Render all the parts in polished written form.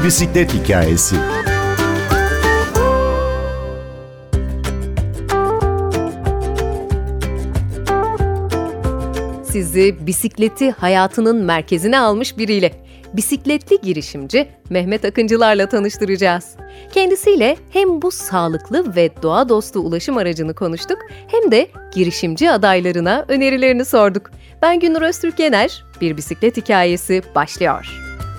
Bir bisiklet hikayesi. Sizi bisikleti hayatının merkezine almış biriyle, bisikletli girişimci Mehmet Akıncılar'la tanıştıracağız. Kendisiyle hem bu sağlıklı ve doğa dostu ulaşım aracını konuştuk, hem de girişimci adaylarına önerilerini sorduk. Ben Gündür Öztürk Yener, Bir Bisiklet Hikayesi başlıyor.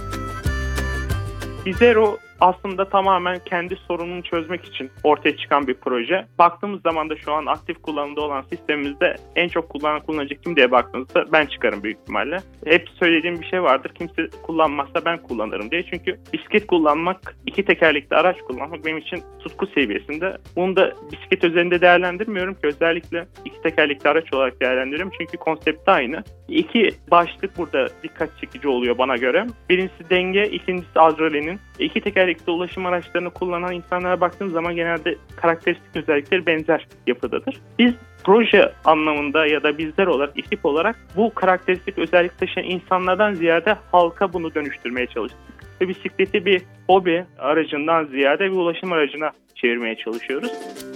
Bizero aslında tamamen kendi sorununu çözmek için ortaya çıkan bir proje. Baktığımız zaman da şu an aktif kullanımda olan sistemimizde en çok kullanıcı kim diye baktığınızda ben çıkarım büyük ihtimalle. Hep söylediğim bir şey vardır, kimse kullanmazsa ben kullanırım diye. Çünkü bisiklet kullanmak, iki tekerlekli araç kullanmak benim için tutku seviyesinde. Bunu da bisiklet üzerinde değerlendirmiyorum ki, özellikle iki tekerlekli araç olarak değerlendiriyorum. Çünkü konsept aynı. İki başlık burada dikkat çekici oluyor bana göre. Birincisi denge, ikincisi adrenalin. İki tekerlekli ulaşım araçlarını kullanan insanlara baktığımız zaman genelde karakteristik özellikleri benzer yapıdadır. Biz proje anlamında ya da bizler olarak, ekip olarak bu karakteristik özellik taşıyan insanlardan ziyade halka bunu dönüştürmeye çalıştık. Ve bisikleti bir hobi aracından ziyade bir ulaşım aracına çevirmeye çalışıyoruz.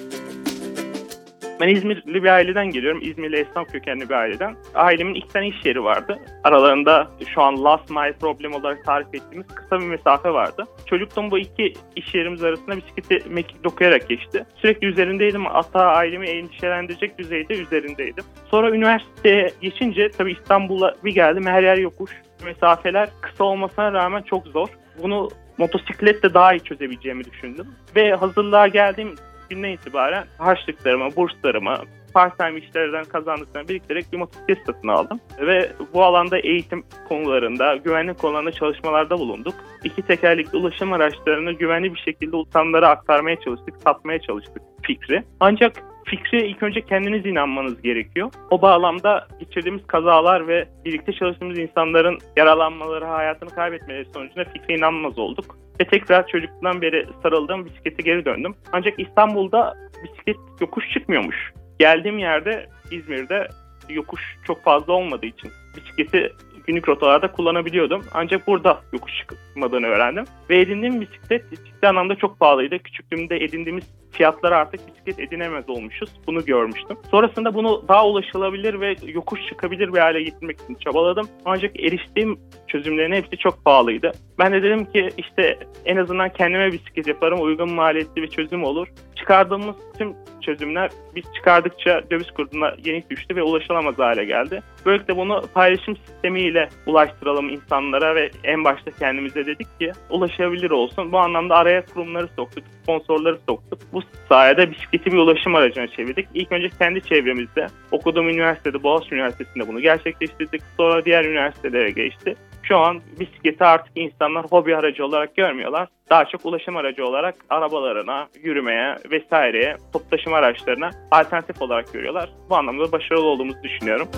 Ben İzmirli bir aileden geliyorum. İzmirli esnaf kökenli bir aileden. Ailemin 2 tane iş yeri vardı. Aralarında şu an last mile problem olarak tarif ettiğimiz kısa bir mesafe vardı. Çocukluğum bu iki iş yerimiz arasında bisikleti mekik dokuyarak geçti. Sürekli üzerindeydim. Hatta ailemi endişelendirecek düzeyde üzerindeydim. Sonra üniversiteye geçince tabii İstanbul'a bir geldim. Her yer yokuş. Mesafeler kısa olmasına rağmen çok zor. Bunu motosikletle daha iyi çözebileceğimi düşündüm. Ve hazırlığa geldiğim günden itibaren harçlıklarımı, burslarımı, part-time işlerden kazandıklarımı biriktirerek bir motosiklet satın aldım. Ve bu alanda eğitim konularında, güvenlik konularında çalışmalarda bulunduk. İki tekerlekli ulaşım araçlarını güvenli bir şekilde insanlara aktarmaya çalıştık, satmaya çalıştık fikri. Ancak fikre ilk önce kendiniz inanmanız gerekiyor. O bağlamda geçirdiğimiz kazalar ve birlikte çalıştığımız insanların yaralanmaları, hayatını kaybetmeleri sonucunda fikre inanmaz olduk. Ve tekrar çocukluğumdan beri sarıldığım bisiklete geri döndüm. Ancak İstanbul'da bisiklet yokuş çıkmıyormuş. Geldiğim yerde, İzmir'de yokuş çok fazla olmadığı için bisikleti günlük rotalarda kullanabiliyordum. Ancak burada yokuş çıkmadığını öğrendim. Ve edindiğim bisiklet ciddi anlamda çok pahalıydı. Küçüklüğümde edindiğimiz fiyatlara artık bisiklet edinemez olmuşuz. Bunu görmüştüm. Sonrasında bunu daha ulaşılabilir ve yokuş çıkabilir bir hale getirmek için çabaladım. Ancak eriştiğim çözümlerin hepsi çok pahalıydı. Ben de dedim ki işte en azından kendime bisiklet yaparım. Uygun maliyetli bir çözüm olur. Çıkardığımız tüm çözümler biz çıkardıkça döviz kuruna yenik düştü ve ulaşılamaz hale geldi. Böylelikle bunu paylaşım sistemiyle ulaştıralım insanlara ve en başta kendimize dedik ki ulaşabilir olsun. Bu anlamda araya kurumları soktuk, sponsorları soktuk. Bu sayede bisikleti bir ulaşım aracına çevirdik. İlk önce kendi çevremizde, okuduğum üniversitede, Boğaziçi Üniversitesi'nde bunu gerçekleştirdik. Sonra diğer üniversitelere geçti. Şu an bisikleti artık insanlar hobi aracı olarak görmüyorlar. Daha çok ulaşım aracı olarak arabalarına, yürümeye vesaireye, toplu taşıma araçlarına alternatif olarak görüyorlar. Bu anlamda başarılı olduğumuzu düşünüyorum.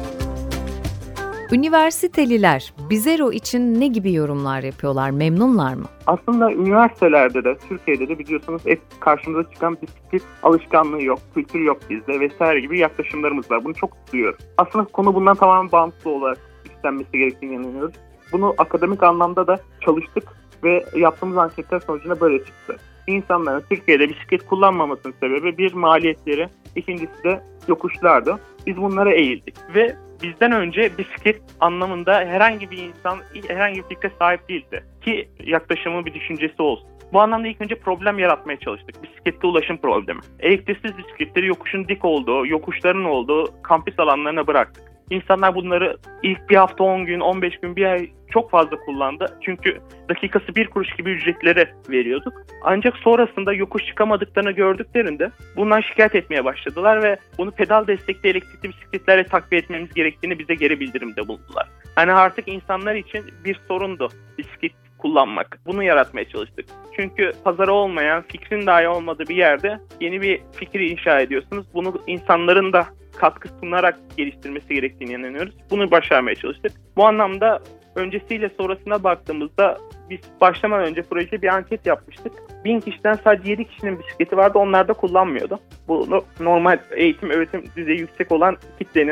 Üniversiteliler Bizero için ne gibi yorumlar yapıyorlar? Memnunlar mı? Aslında üniversitelerde de, Türkiye'de de biliyorsunuz hep karşımıza çıkan bisiklet alışkanlığı yok, kültür yok bizde vesaire gibi yaklaşımlarımız var. Bunu çok duyuyorum. Aslında konu bundan tamamen bağımsız olarak istenmesi gerektiğini inanıyoruz. Bunu akademik anlamda da çalıştık ve yaptığımız anketler sonucunda böyle çıktı. İnsanların Türkiye'de bisiklet kullanmamasının sebebi bir maliyetleri, ikincisi de yokuşlardı. Biz bunlara eğildik ve bizden önce bisiklet anlamında herhangi bir insan herhangi bir fikre sahip değildi ki yaklaşımı bir düşüncesi olsun. Bu anlamda ilk önce problem yaratmaya çalıştık. Bisikletli ulaşım problemi. Elektriksiz bisikletleri yokuşun dik olduğu, yokuşların olduğu kampüs alanlarına bıraktık. İnsanlar bunları ilk bir hafta, 10 gün, 15 gün, bir ay çok fazla kullandı. Çünkü dakikası 1 kuruş gibi ücretleri veriyorduk. Ancak sonrasında yokuş çıkamadıklarını gördüklerinde bundan şikayet etmeye başladılar ve bunu pedal destekli elektrikli bisikletlerle takviye etmemiz gerektiğini bize geri bildirimde bulundular. Yani artık insanlar için bir sorundu bisiklet kullanmak. Bunu yaratmaya çalıştık. Çünkü pazarı olmayan, fikrin dahi olmadığı bir yerde yeni bir fikri inşa ediyorsunuz. Bunu insanların da katkı sunarak geliştirmesi gerektiğini inanıyoruz. Bunu başarmaya çalıştık. Bu anlamda öncesiyle sonrasına baktığımızda biz başlamadan önce projede bir anket yapmıştık. 1000 kişiden sadece 7 kişinin bisikleti vardı. Onlar da kullanmıyordu. Bu normal eğitim, öğretim düzeyi yüksek olan kitlenin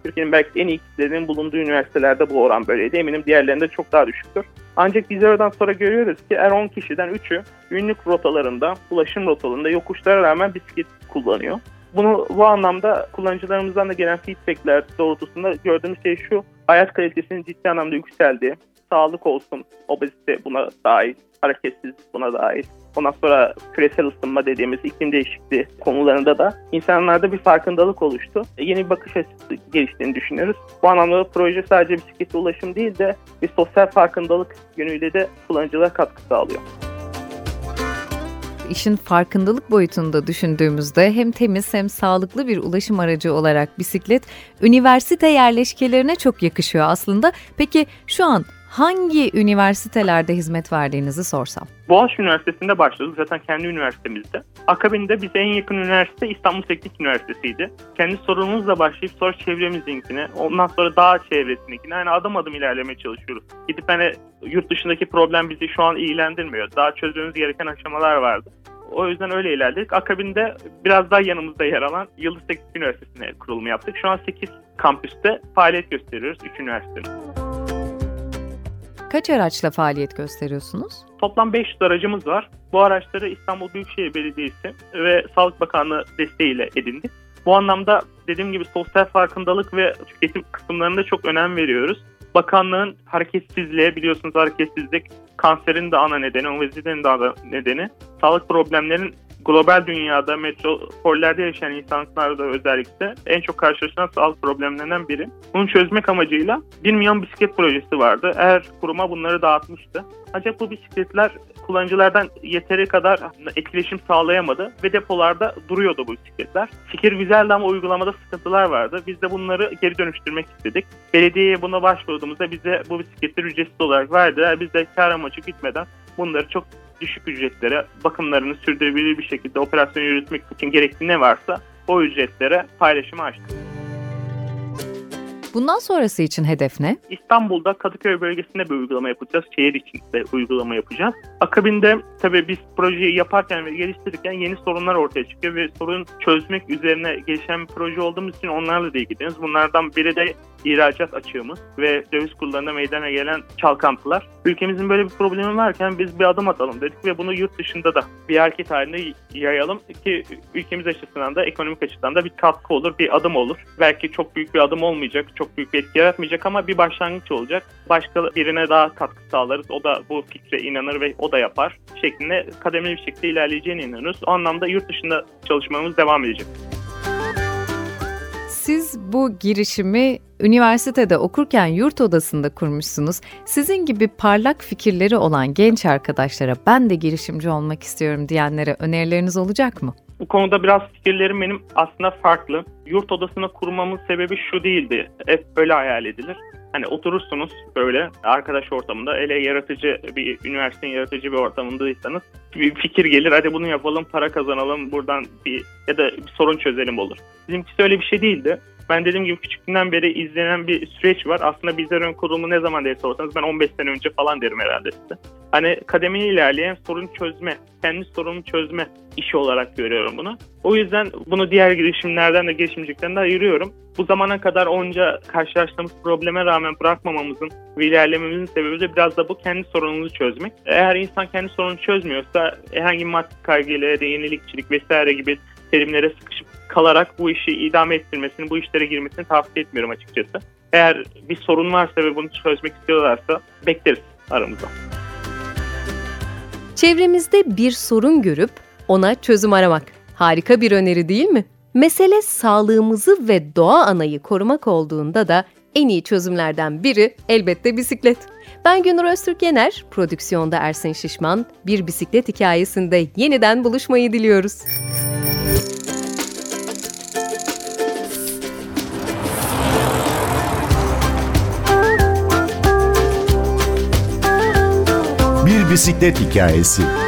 Türkiye'nin belki en iyi kitlelerinin bulunduğu üniversitelerde bu oran böyleydi. Eminim diğerlerinde çok daha düşüktür. Ancak biz oradan sonra görüyoruz ki her 10 kişiden 3'ü günlük rotalarında, ulaşım rotalarında yokuşlara rağmen bisiklet kullanıyor. Bu anlamda kullanıcılarımızdan da gelen feedbackler doğrultusunda gördüğümüz şey şu: hayat kalitesinin ciddi anlamda yükseldiği, sağlık olsun, obezite buna dahil, hareketsizlik buna dahil. Ondan sonra küresel ısınma dediğimiz iklim değişikliği konularında da insanlarda bir farkındalık oluştu. Yeni bir bakış açısı geliştiğini düşünüyoruz. Bu anlamda proje sadece bisikletli ulaşım değil de bir sosyal farkındalık yönüyle de kullanıcılara katkı sağlıyor. İşin farkındalık boyutunda düşündüğümüzde hem temiz hem sağlıklı bir ulaşım aracı olarak bisiklet üniversite yerleşkelerine çok yakışıyor aslında. Peki şu an hangi üniversitelerde hizmet verdiğinizi sorsam? Boğaziçi Üniversitesi'nde başladık. Zaten kendi üniversitemizde. Akabinde bize en yakın üniversite İstanbul Teknik Üniversitesi'ydi. Kendi sorunumuzla başlayıp sonra çevremizinkine, ondan sonra dağ çevresininkine, yani adım adım ilerlemeye çalışıyoruz. Gidip yurt dışındaki problem bizi şu an ilgilendirmiyor. Daha çözmemiz gereken aşamalar vardı. O yüzden öyle ilerledik. Akabinde biraz daha yanımızda yer alan Yıldız Teknik Üniversitesi'ne kurulumu yaptık. Şu an 8 kampüste faaliyet gösteriyoruz 3 üniversitenin. Kaç araçla faaliyet gösteriyorsunuz? Toplam 500 aracımız var. Bu araçları İstanbul Büyükşehir Belediyesi ve Sağlık Bakanlığı desteğiyle edindik. Bu anlamda dediğim gibi sosyal farkındalık ve tüketim kısımlarında çok önem veriyoruz. Bakanlığın hareketsizliğe, biliyorsunuz hareketsizlik kanserin de ana nedeni, obezitenin de ana nedeni. Sağlık problemlerinin global dünyada, metropollerde yaşayan insanlarda özellikle en çok karşılaşılan sağlık problemlerinden biri. Bunu çözmek amacıyla 1 milyon bisiklet projesi vardı. Her kuruma bunları dağıtmıştı. Ancak bu bisikletler kullanıcılardan yeteri kadar etkileşim sağlayamadı ve depolarda duruyordu bu bisikletler. Fikir güzeldi ama uygulamada sıkıntılar vardı. Biz de bunları geri dönüştürmek istedik. Belediyeye buna başvurduğumuzda bize bu bisikletleri ücretsiz olarak verdiler. Biz de kar amacı gitmeden bunları çok düşük ücretlere, bakımlarını sürdürülebilir bir şekilde operasyonu yürütmek için gerekli ne varsa o ücretlere paylaşımı açtık. Bundan sonrası için hedef ne? İstanbul'da Kadıköy bölgesinde bir uygulama yapacağız. Şehir içinde uygulama yapacağız. Akabinde tabii biz projeyi yaparken ve geliştirirken yeni sorunlar ortaya çıkıyor ve sorun çözmek üzerine gelişen bir proje olduğumuz için onlarla da ilgileniyoruz. Bunlardan biri de ihracat açığımız ve döviz kurlarında meydana gelen çalkantılar. Ülkemizin böyle bir problemi varken biz bir adım atalım dedik ve bunu yurt dışında da bir hareket halinde yayalım ki ülkemiz açısından da ekonomik açıdan da bir katkı olur, bir adım olur. Belki çok büyük bir adım olmayacak, çok büyük bir etki yaratmayacak ama bir başlangıç olacak. Başka birine daha katkı sağlarız. O da bu fikre inanır ve o da yapar şeklinde kademeli bir şekilde ilerleyeceğine inanıyoruz. O anlamda yurt dışında çalışmamız devam edecek. Siz bu girişimi üniversitede okurken yurt odasında kurmuşsunuz. Sizin gibi parlak fikirleri olan genç arkadaşlara ben de girişimci olmak istiyorum diyenlere önerileriniz olacak mı? Bu konuda biraz fikirlerim benim aslında farklı. Yurt odasını kurmamın sebebi şu değildi. Hep böyle hayal edilir. Hani oturursunuz böyle arkadaş ortamında, hele yaratıcı bir üniversitenin yaratıcı bir ortamındaysanız bir fikir gelir, hadi bunu yapalım, para kazanalım, buradan ya da bir sorun çözelim olur. Bizimkisi öyle bir şey değildi. Ben dediğim gibi küçüklüğümden beri izlenen bir süreç var. Aslında bizlerin kurulumu ne zaman diye sorsanız ben 15 sene önce falan derim herhalde size. Hani kademeli ilerleyen sorun çözme, kendi sorunu çözme işi olarak görüyorum bunu. O yüzden bunu diğer girişimlerden de girişimcilikten de ayırıyorum. Bu zamana kadar onca karşılaştığımız probleme rağmen bırakmamamızın ve ilerlememizin sebebi de biraz da bu, kendi sorunumuzu çözmek. Eğer insan kendi sorununu çözmüyorsa herhangi maddi kaygıyla ya da yenilikçilik vesaire gibi terimlere sıkışıp kalarak bu işi idame ettirmesini, bu işlere girmesini tavsiye etmiyorum açıkçası. Eğer bir sorun varsa ve bunu çözmek istiyorlarsa bekleriz aramızda. Çevremizde bir sorun görüp ona çözüm aramak. Harika bir öneri değil mi? Mesele sağlığımızı ve doğa anayı korumak olduğunda da en iyi çözümlerden biri elbette bisiklet. Ben Gündür Öztürk Yener, prodüksiyonda Ersin Şişman, bir bisiklet hikayesinde yeniden buluşmayı diliyoruz. Bir bisiklet hikayesi.